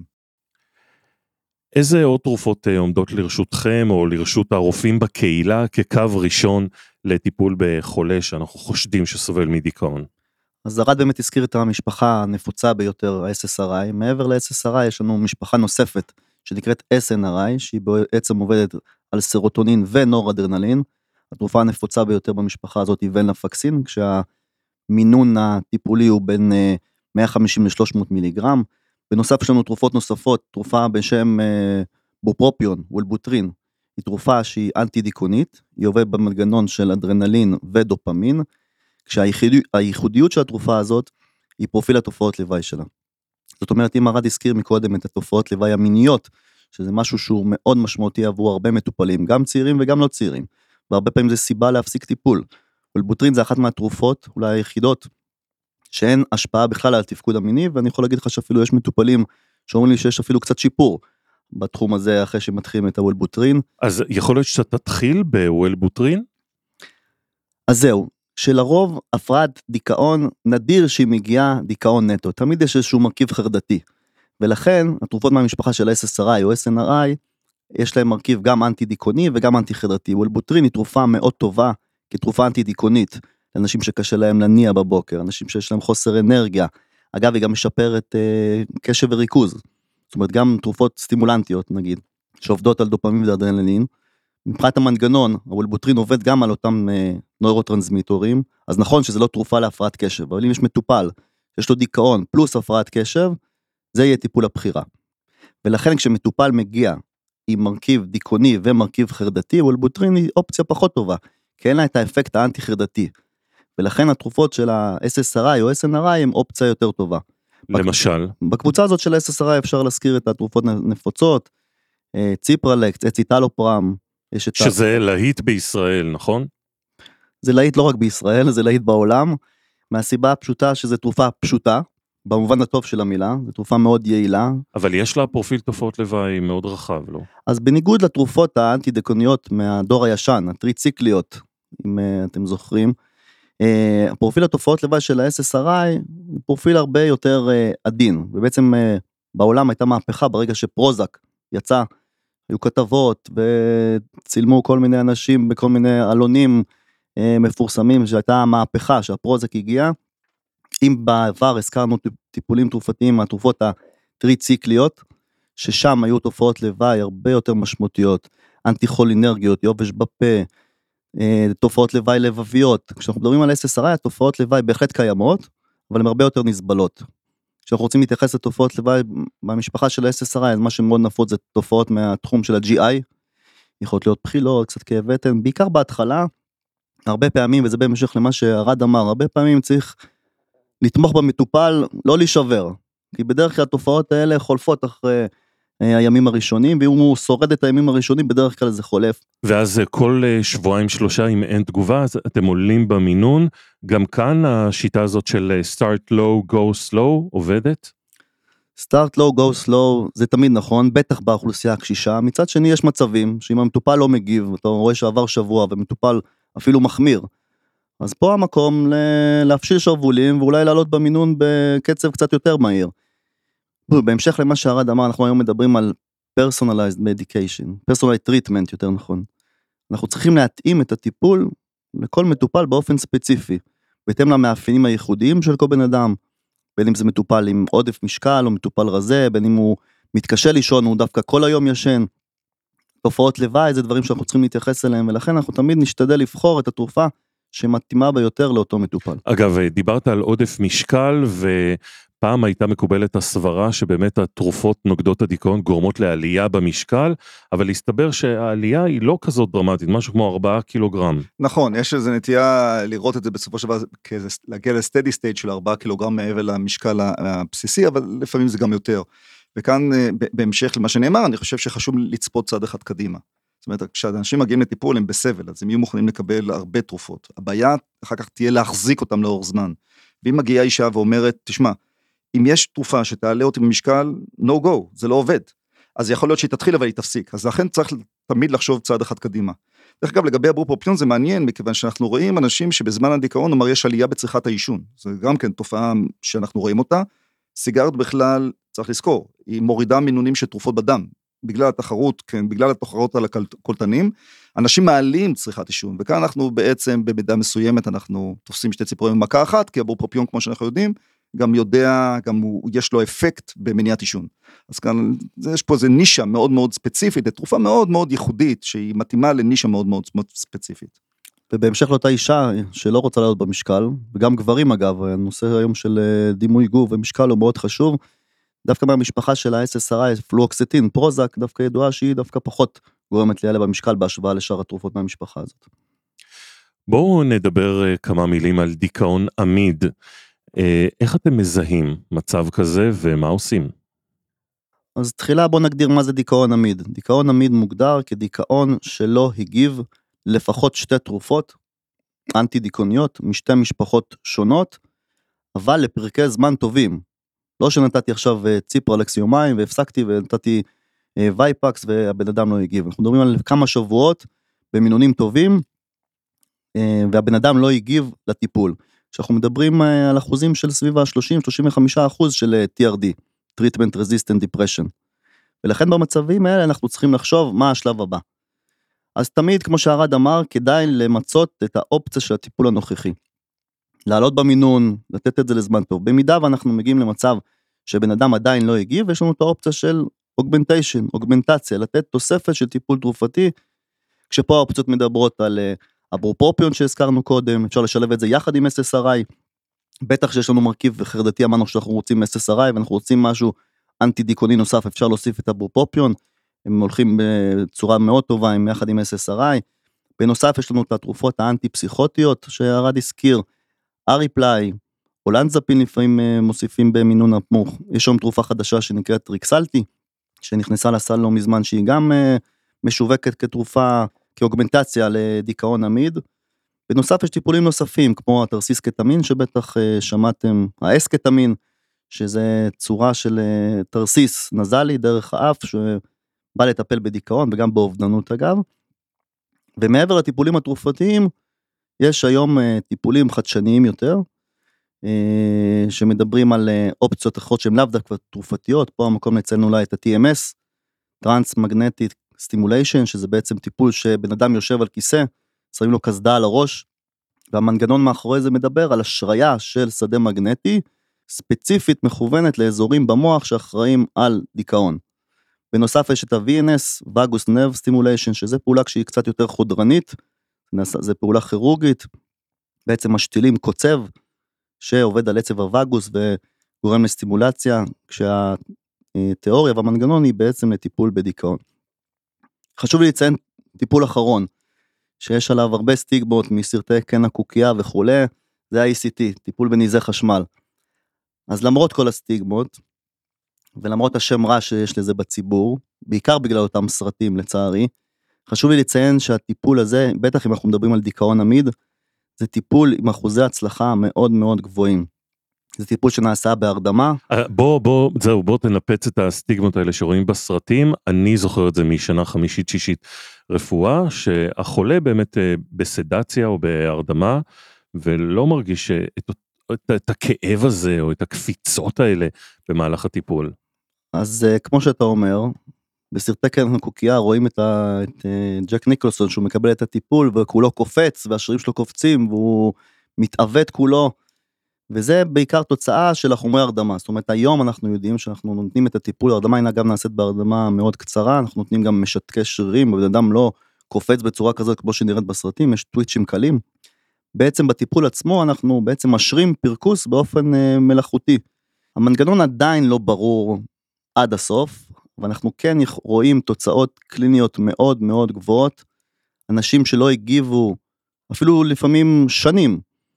איזה עוד תרופות עומדות לרשותכם, או לרשות הרופאים בקהילה, כקו ראשון לטיפול בחולה שאנחנו חושדים שסובל מדיכאון? אז ארד באמת הזכיר את המשפחה הנפוצה ביותר, ה-אס אס אר איי, מעבר ל-אס אס אר איי יש לנו משפחה נוספת, שנקראת אס אן אר איי, שהיא בעצם עובדת על סרוטונין ונורדרנלין, התרופה הנפוצה ביותר במשפחה הזאת היא ונלפקסין, כשהמינון הטיפולי הוא בין מאה וחמישים ל-שלוש מאות מיליגרם, בנוסף יש לנו תרופות נוספות, תרופה בשם בופרופיון, וולבוטרין, היא תרופה שהיא אנטי דיכאונית, היא עובדת במנגנון של אדרנלין ודופמין, כשהייחודיות של התרופה הזאת, היא פרופיל התופעות לוואי שלה. זאת אומרת, אם ארד הזכיר מקודם את התופעות לוואי המיניות, שזה משהו שהוא מאוד משמעותי עבור הרבה מטופלים, גם צעירים וגם לא צעירים, והרבה פעמים זה סיבה להפסיק טיפול. וולבוטרין זה אחת מהתרופות, אולי היחידות, שאין השפעה בכלל על תפקוד המיני, ואני יכול להגיד לך שאפילו יש מטופלים, שאומרים לי שיש אפילו קצת שיפור, בתחום הזה אחרי שמתחילים את הוולבוטרין. אז יכול להיות שאתה תתחיל בוולבוטרין? אז זהו, שלרוב הפרעת דיכאון נדיר שהיא מגיעה דיכאון נטו, תמיד יש איזשהו מרכיב חרדתי, ולכן התרופות מהמשפחה של אס אס אר איי או אס אן אר איי, יש להם מרכיב גם אנטי דיכאוני וגם אנטי חרדתי, וולבוטרין היא תרופה מאוד טובה, כתרופה אנטי דיכאונית, לאנשים שקשה להם להניע בבוקר, אנשים שיש להם חוסר אנרגיה, אגב היא גם משפרת אה, קשב וריכוז, זאת אומרת גם תרופות סטימולנטיות נגיד, שעובדות על דופמין ואדרנלין, מבחינת המנגנון, הוולבוטרין עובד גם על אותם אה, נוירוטרנסמיטורים, אז נכון שזה לא תרופה להפרעת קשב, אבל אם יש מטופל, יש לו דיכאון פלוס הפרעת קשב, זה יהיה טיפול הבחירה. ולכן כשמטופל מגיע עם מרכיב דיכאוני ומרכיב חרדתי, וולבוטרין היא אופציה פחות טובה, כי אין לה את האפקט האנטי חרדתי. ולכן התרופות של ה-אס אס אר איי או אס אן אר איי הם אופציה יותר טובה. למשל? בקבוצה הזאת של ה-אס אס אר איי אפשר להזכיר את התרופות נפוצות, ציפרלקס, אציטלופרם, שזה להיט בישראל, נכון? זה להיט לא רק בישראל, זה להיט בעולם, מהסיבה הפשוטה שזה תרופה פשוטה, במובן הטוב של המילה, זו תרופה מאוד יעילה. אבל יש לה פרופיל תופעות לוואי מאוד רחב, לא? אז בניגוד לתרופות האנטי-דיכאוניות מהדור הישן, הטריציקליות, אם uh, אתם זוכרים, uh, הפרופיל התופעות לוואי של ה-אס אס אר איי, הוא פרופיל הרבה יותר uh, עדין, ובעצם uh, בעולם הייתה מהפכה ברגע שפרוזק יצא, היו כתבות וצילמו כל מיני אנשים בכל מיני אלונים uh, מפורסמים, שהייתה מהפכה שהפרוזק הגיע, אם בעבר הזכרנו טיפולים תרופתיים מהתרופות הטריציקליות, ששם היו תופעות לוואי הרבה יותר משמעותיות, אנטי-חולינרגיות, יובש בפה, תופעות לוואי לבביות. כשאנחנו מדברים על אס אס אר איי, התופעות לוואי בהחלט קיימות, אבל הן הרבה יותר נסבלות. כשאנחנו רוצים להתייחס לתופעות לוואי במשפחה של ה-אס אס אר איי, אז מה שמאוד נפוץ זה תופעות מהתחום של ה-ג'י איי, יכולות להיות בחילות, קצת כאב בטן, בעיקר בהתחלה, הרבה פעמים, וזה בהמשך למה שהרד אמר, הרבה פעמים צריך לתמוך במטופל, לא להישבר, כי בדרך כלל התופעות האלה חולפות אחרי הימים הראשונים, ואם הוא שורד את הימים הראשונים, בדרך כלל זה חולף. ואז כל שבועיים שלושה, אם אין תגובה, אז אתם עולים במינון, גם כאן השיטה הזאת של start low, go slow, עובדת? start low, go slow, זה תמיד נכון, בטח באוכלוסייה הקשישה, מצד שני יש מצבים, שאם המטופל לא מגיב, אתה רואה שעבר שבוע, ומטופל אפילו מחמיר, אז פה המקום להפשיל שרבולים, ואולי לעלות במינון בקצב קצת יותר מהיר. בהמשך למה שהרד אמר, אנחנו היום מדברים על personalized medication, personalized treatment יותר נכון. אנחנו צריכים להתאים את הטיפול לכל מטופל באופן ספציפי, בהתאם למאפיינים הייחודיים של כל בן אדם, בין אם זה מטופל עם עודף משקל, או מטופל רזה, בין אם הוא מתקשה לישון, הוא דווקא כל היום ישן. תופעות לוואי, זה דברים שאנחנו צריכים להתייחס אליהם, ולכן אנחנו תמיד נשתדל לבחור את התרופה, שמתאימה ביותר לאותו מטופל. אגב, דיברת על עודף משקל, ופעם הייתה מקובלת הסברה, שבאמת התרופות נוגדות הדיכאון, גורמות לעלייה במשקל, אבל הסתבר שהעלייה היא לא כזאת דרמטית, משהו כמו ארבעה קילוגרם. נכון, יש איזו נטייה לראות את זה בסופו של דבר, להגיע לסטדי סטייט של ארבעה קילוגרם מעבר למשקל הבסיסי, אבל לפעמים זה גם יותר. וכאן, בהמשך למה שנאמר, אני חושב שחשוב לצפות צעד אחד קדימה. זאת אומרת, כשאנשים מגיעים לטיפול, הם בסבל, אז הם יהיו מוכנים לקבל הרבה תרופות. הבעיה, אחר כך תהיה להחזיק אותם לאור זמן. ואם מגיעה אישה ואומרת, תשמע, אם יש תרופה שתעלה אותי במשקל, no go, זה לא עובד. אז יכול להיות שהיא תתחיל, אבל היא תפסיק. אז לכן צריך תמיד לחשוב צעד אחד קדימה. דרך אגב, לגבי הבופרופיון זה מעניין, מכיוון שאנחנו רואים אנשים שבזמן הדיכאון, אומר, יש עלייה בצריכת העישון. זה גם כן תופעה שאנחנו רואים אותה. סיגרת בכלל, צריך לזכור, היא מורידה מינונים של תרופות בדם. בגלל התחרות, כן, בגלל התחרות על הקולטנים, אנשים מעלים צריכת עישון, וכאן אנחנו בעצם במידה מסוימת, אנחנו תופסים שתי ציפורים במכה אחת, כי הבופרופיון, כמו שאנחנו יודעים, גם יודע, גם הוא, יש לו אפקט במניעת עישון. אז כאן, יש פה איזו נישה מאוד מאוד ספציפית, תרופה מאוד מאוד ייחודית, שהיא מתאימה לנישה מאוד מאוד ספציפית. ובהמשך לאותה אישה שלא רוצה לעלות במשקל, וגם גברים אגב, הנושא היום של דימוי גוף ומשקל הוא מאוד חשוב, דווקא מהמשפחה של ה-אס אס אר איי, פלואוקסטין, פרוזק, דווקא ידועה שהיא דווקא פחות גורמת לעלייה במשקל בהשוואה לשאר התרופות מהמשפחה הזאת. בואו נדבר כמה מילים על דיכאון עמיד. איך אתם מזהים מצב כזה ומה עושים? אז תחילה בואו נגדיר מה זה דיכאון עמיד. דיכאון עמיד מוגדר כדיכאון שלא הגיב לפחות שתי תרופות אנטי דיכאוניות משתי משפחות שונות, אבל לפרקי זמן טובים. לא שנתתי עכשיו ציפרלקס יומיים והפסקתי ונתתי וייפקס והבן אדם לא הגיב. אנחנו מדברים על כמה שבועות במינונים טובים, והבן אדם לא הגיב לטיפול. כשאנחנו מדברים על אחוזים של סביב ה-שלושים עד שלושים וחמישה אחוז של טי אר די, Treatment Resistant Depression. ולכן במצבים האלה אנחנו צריכים לחשוב מה השלב הבא. אז תמיד, כמו שהרד אמר, כדאי למצות את האופציה של הטיפול הנוכחי. לעלות במינון, לתת את זה לזמן טוב. במידה ואנחנו מגיעים למצב שבן אדם עדיין לא הגיב, יש לנו את האופציה של אוגמנטיישן, אוגמנטציה, לתת תוספת של טיפול תרופתי, כשפה האופציות מדברות על אברופרופיון שהזכרנו קודם, אפשר לשלב את זה יחד עם אס אס אר איי, בטח שיש לנו מרכיב חרדתי, אמרנו שאנחנו רוצים אס אס אר איי, ואנחנו רוצים משהו אנטי דיכאוני נוסף, אפשר להוסיף את אברופרופיון, הם הולכים בצורה מאוד טובה עם יחד עם אס אס אר איי, בנוסף יש לנו את התרופות האנטי-פסיכוטיות, שהרד הזכיר, אריפליי, אולנזפין לפעמים מוסיפים במינון נמוך, יש שם תרופה חדשה שנקראת ריקסלטי, שנכנסה לסל לא מזמן, שהיא גם משווקת כתרופה, כאוגמנטציה לדיכאון עמיד, בנוסף יש טיפולים נוספים, כמו התרסיס קטמין, שבטח שמעתם, האס קטמין, שזה צורה של תרסיס נזלי דרך האף, שבא לטפל בדיכאון, וגם באובדנות אגב, ומעבר לטיפולים התרופתיים, יש היום טיפולים חדשניים יותר, שמדברים על אופציות אחרות שהן לאו דווקא תרופתיות, פה המקום לציין אולי את ה-טי אם אס, Trans-Magnetic Stimulation, שזה בעצם טיפול שבן אדם יושב על כיסא, שמים לו כסדה על הראש, והמנגנון מאחורי זה מדבר על השריה של שדה מגנטי, ספציפית מכוונת לאזורים במוח שאחראים על דיכאון. בנוסף יש את ה-וי אן אס, Vagus Nerve Stimulation, שזה פעולה כשהיא קצת יותר חודרנית, זה פעולה כירורגית, בעצם משתילים קוצב, שעובד על עצב הווגוס וגורם לסטימולציה, כשהתיאוריה והמנגנון היא בעצם לטיפול בדיכאון. חשוב לי לציין טיפול אחרון, שיש עליו הרבה סטיגמות מסרטי קן הקוקייה וכו', זה ה-אי סי טי, טיפול בניזי חשמל. אז למרות כל הסטיגמות, ולמרות השם רע שיש לזה בציבור, בעיקר בגלל אותם סרטים לצערי, חשוב לי לציין שהטיפול הזה, בטח אם אנחנו מדברים על דיכאון עמיד, זה טיפול עם אחוזי הצלחה מאוד מאוד גבוהים. זה טיפול שנעשה בהרדמה. בוא, בוא, זהו, בוא תנפץ את הסטיגמות האלה שרואים בסרטים, אני זוכר את זה משנה חמישית שישית רפואה, שהחולה באמת בסדציה או בהרדמה, ולא מרגיש את, את, את הכאב הזה או את הקפיצות האלה במהלך הטיפול. אז כמו שאתה אומר, בסרטי קן הקוקייה רואים את, ה, את ג'ק ניקולסון, שהוא מקבל את הטיפול וכולו קופץ, והשרירים שלו קופצים, והוא מתעוות כולו, וזה בעיקר תוצאה של החומרי הרדמה. זאת אומרת, היום אנחנו יודעים שאנחנו נותנים את הטיפול, הרדמה אינה גם נעשית בהרדמה מאוד קצרה, אנחנו נותנים גם משתקי שרירים, ובן אדם לא קופץ בצורה כזאת כמו שנראית בסרטים, יש טוויצ'ים קלים. בעצם בטיפול עצמו אנחנו בעצם משרים פרקוס באופן אה, מלאכותי. המנגנון עדיין לא ברור עד הסוף, ואנחנו כן רואים תוצאות קליניות מאוד מאוד גבוהות, אנשים שלא הגיבו, אפילו לפעמים שנים,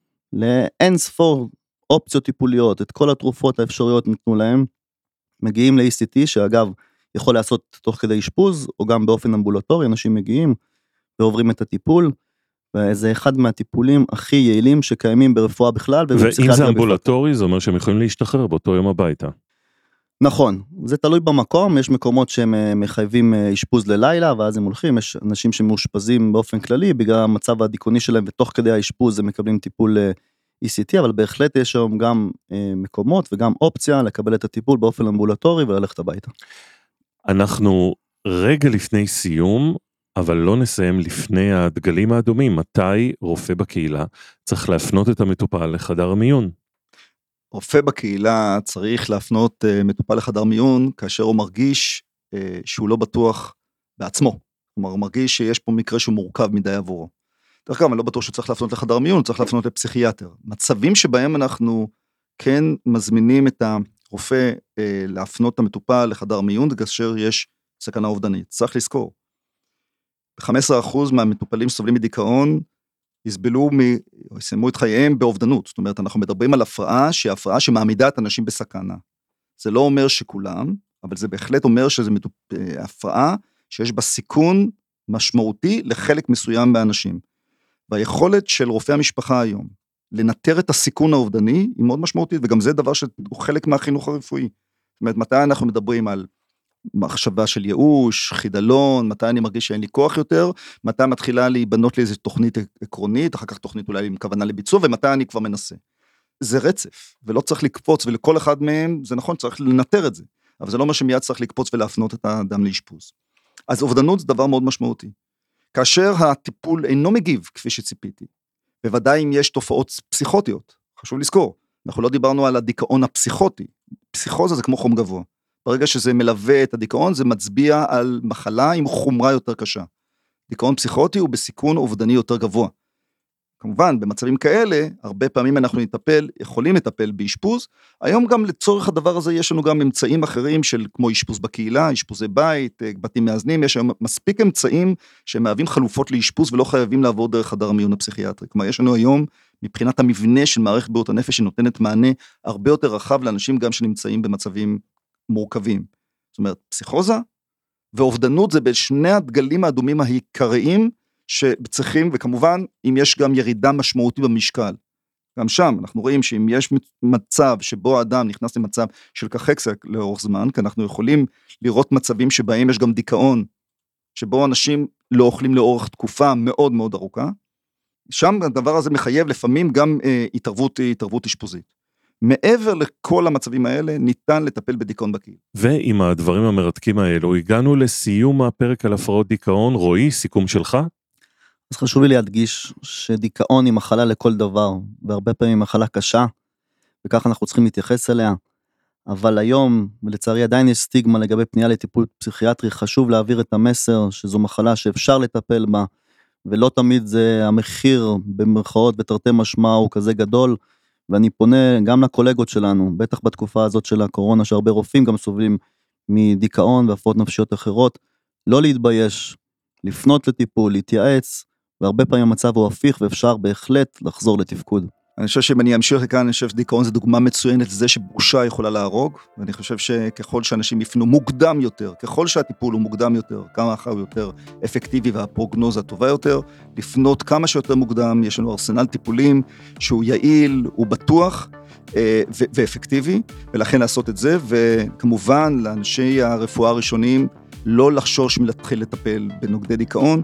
לאין ספור אופציות טיפוליות, את כל התרופות האפשריות ניתנו להם, מגיעים ל-אי סי טי, שאגב יכול לעשות תוך כדי אשפוז, או גם באופן אמבולטורי, אנשים מגיעים ועוברים את הטיפול, וזה אחד מהטיפולים הכי יעילים שקיימים ברפואה בכלל. ואם זה אמבולטורי, זה אומר שהם יכולים להשתחרר באותו יום הביתה. נכון, זה תלוי במקום, יש מקומות שהם מחייבים אשפוז ללילה, ואז הם הולכים, יש אנשים שמאושפזים באופן כללי, בגלל המצב הדיכאוני שלהם, ותוך כדי האשפוז הם מקבלים טיפול אי סי טי, אבל בהחלט יש שם גם מקומות, וגם אופציה לקבל את הטיפול באופן אמבולטורי, וללכת הביתה. אנחנו רגע לפני סיום, אבל לא נסיים לפני הדגלים האדומים, מתי רופא בקהילה צריך להפנות את המטופל לחדר המיון? רופא בקהילה צריך להפנות uh, מטופל לחדר מיון, כאשר הוא מרגיש uh, שהוא לא בטוח בעצמו. כלומר, הוא מרגיש שיש פה מקרה שהוא מורכב מדי עבורו. דרך כלל, אני לא בטוח שהוא צריך להפנות לחדר מיון, הוא צריך להפנות לפסיכיאטר. מצבים שבהם אנחנו כן מזמינים את הרופא uh, להפנות את המטופל לחדר מיון, כאשר יש סכנה אובדנית. צריך לזכור. ב-חמישה עשר אחוז מהמטופלים סובלים מדיכאון, יסבלו מ... או יסיימו את חייהם באובדנות. זאת אומרת, אנחנו מדברים על הפרעה, שהיא הפרעה שמעמידה את אנשים בסכנה. זה לא אומר שכולם, אבל זה בהחלט אומר שזה מטופ... הפרעה שיש בה סיכון משמעותי לחלק מסוים באנשים. והיכולת של רופאי המשפחה היום, לנטר את הסיכון האובדני, היא מאוד משמעותית, וגם זה דבר שהוא חלק מהחינוך הרפואי. זאת אומרת, מתי אנחנו מדברים על מחשבה של ייאוש, חידלון, מתי אני מרגיש שאין לי כוח יותר, מתי מתחילה להיבנות לי איזו תוכנית עקרונית, אחר כך תוכנית אולי עם כוונה לביצוע, ומתי אני כבר מנסה. זה רצף, ולא צריך לקפוץ, ולכל אחד מהם, זה נכון, צריך לנטר את זה, אבל זה לא אומר שמיד צריך לקפוץ ולהפנות את האדם לאשפוז. אז אובדנות זה דבר מאוד משמעותי. כאשר הטיפול אינו מגיב, כפי שציפיתי, בוודאי אם יש תופעות פסיכוטיות, חשוב לזכור, אנחנו לא דיברנו על הדיכאון הפסיכוטי, פסיכוזה זה כמו חום גבוה, ברגע שזה מלווה את הדיכאון, זה מצביע על מחלה עם חומרה יותר קשה. דיכאון פסיכוטי הוא בסיכון אובדני יותר גבוה. כמובן, במצבים כאלה, הרבה פעמים אנחנו נטפל, יכולים לטפל באשפוז, היום גם לצורך הדבר הזה יש לנו גם אמצעים אחרים של כמו אשפוז בקהילה, אשפוזי בית, בתים מאזנים, יש היום מספיק אמצעים שמהווים חלופות לאשפוז ולא חייבים לעבור דרך חדר המיון הפסיכיאטרי. כלומר, יש לנו היום מבחינת המבנה של מערכת בריאות הנפש שנותנת מענה הרבה יותר רחב לאנשים גם שנמצאים במצבים מורכבים. זאת אומרת, פסיכוזה ואובדנות זה בשני הדגלים האדומים העיקריים שצריכים, וכמובן, אם יש גם ירידה משמעותית במשקל. גם שם, אנחנו רואים שאם יש מצב שבו האדם נכנס למצב של קחקסיה לאורך זמן, כי אנחנו יכולים לראות מצבים שבהם יש גם דיכאון, שבו אנשים לא אוכלים לאורך תקופה מאוד מאוד ארוכה, שם הדבר הזה מחייב לפעמים גם אה, התערבות, התערבות אשפוזית. מעבר לכל המצבים האלה, ניתן לטפל בדיכאון בקהילה. ועם הדברים המרתקים האלו, הגענו לסיום הפרק על הפרעות דיכאון. רועי, סיכום שלך? אז חשוב לי להדגיש שדיכאון היא מחלה לכל דבר, והרבה פעמים מחלה קשה, וכך אנחנו צריכים להתייחס אליה, אבל היום, ולצערי עדיין יש סטיגמה לגבי פנייה לטיפול פסיכיאטרי, חשוב להעביר את המסר שזו מחלה שאפשר לטפל בה, ולא תמיד זה המחיר במרכאות ותרתי משמע הוא כזה גדול, ואני פונה גם לקולגות שלנו, בטח בתקופה הזאת של הקורונה, שהרבה רופאים גם סובלים מדיכאון והפרעות נפשיות אחרות, לא להתבייש, לפנות לטיפול, להתייעץ, והרבה פעמים המצב הוא הפיך ואפשר בהחלט לחזור לתפקוד. אני חושב שאם אני אמשיך לכאן, אני חושב שדיכאון זה דוגמה מצוינת לזה שבושה יכולה להרוג, ואני חושב שככל שאנשים יפנו מוקדם יותר, ככל שהטיפול הוא מוקדם יותר, כמה אחר הוא יותר אפקטיבי והפרוגנוזה טובה יותר, לפנות כמה שיותר מוקדם, יש לנו ארסנל טיפולים שהוא יעיל, הוא בטוח ו- ואפקטיבי, ולכן לעשות את זה, וכמובן לאנשי הרפואה הראשונים, לא לחשוש מלהתחיל לטפל בנוגדי דיכאון,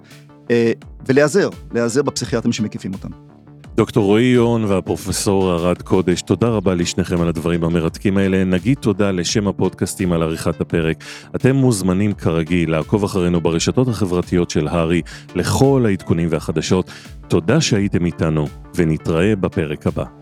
ולהיעזר, להיעזר בפסיכיאטרים שמקיפים אותם. דוקטור רועי יון והפרופסור ארד קודש, תודה רבה לשניכם על הדברים המרתקים האלה. נגיד תודה לשם הפודקאסטים על עריכת הפרק. אתם מוזמנים כרגיל לעקוב אחרינו ברשתות החברתיות של הרי לכל העדכונים והחדשות. תודה שהייתם איתנו ונתראה בפרק הבא.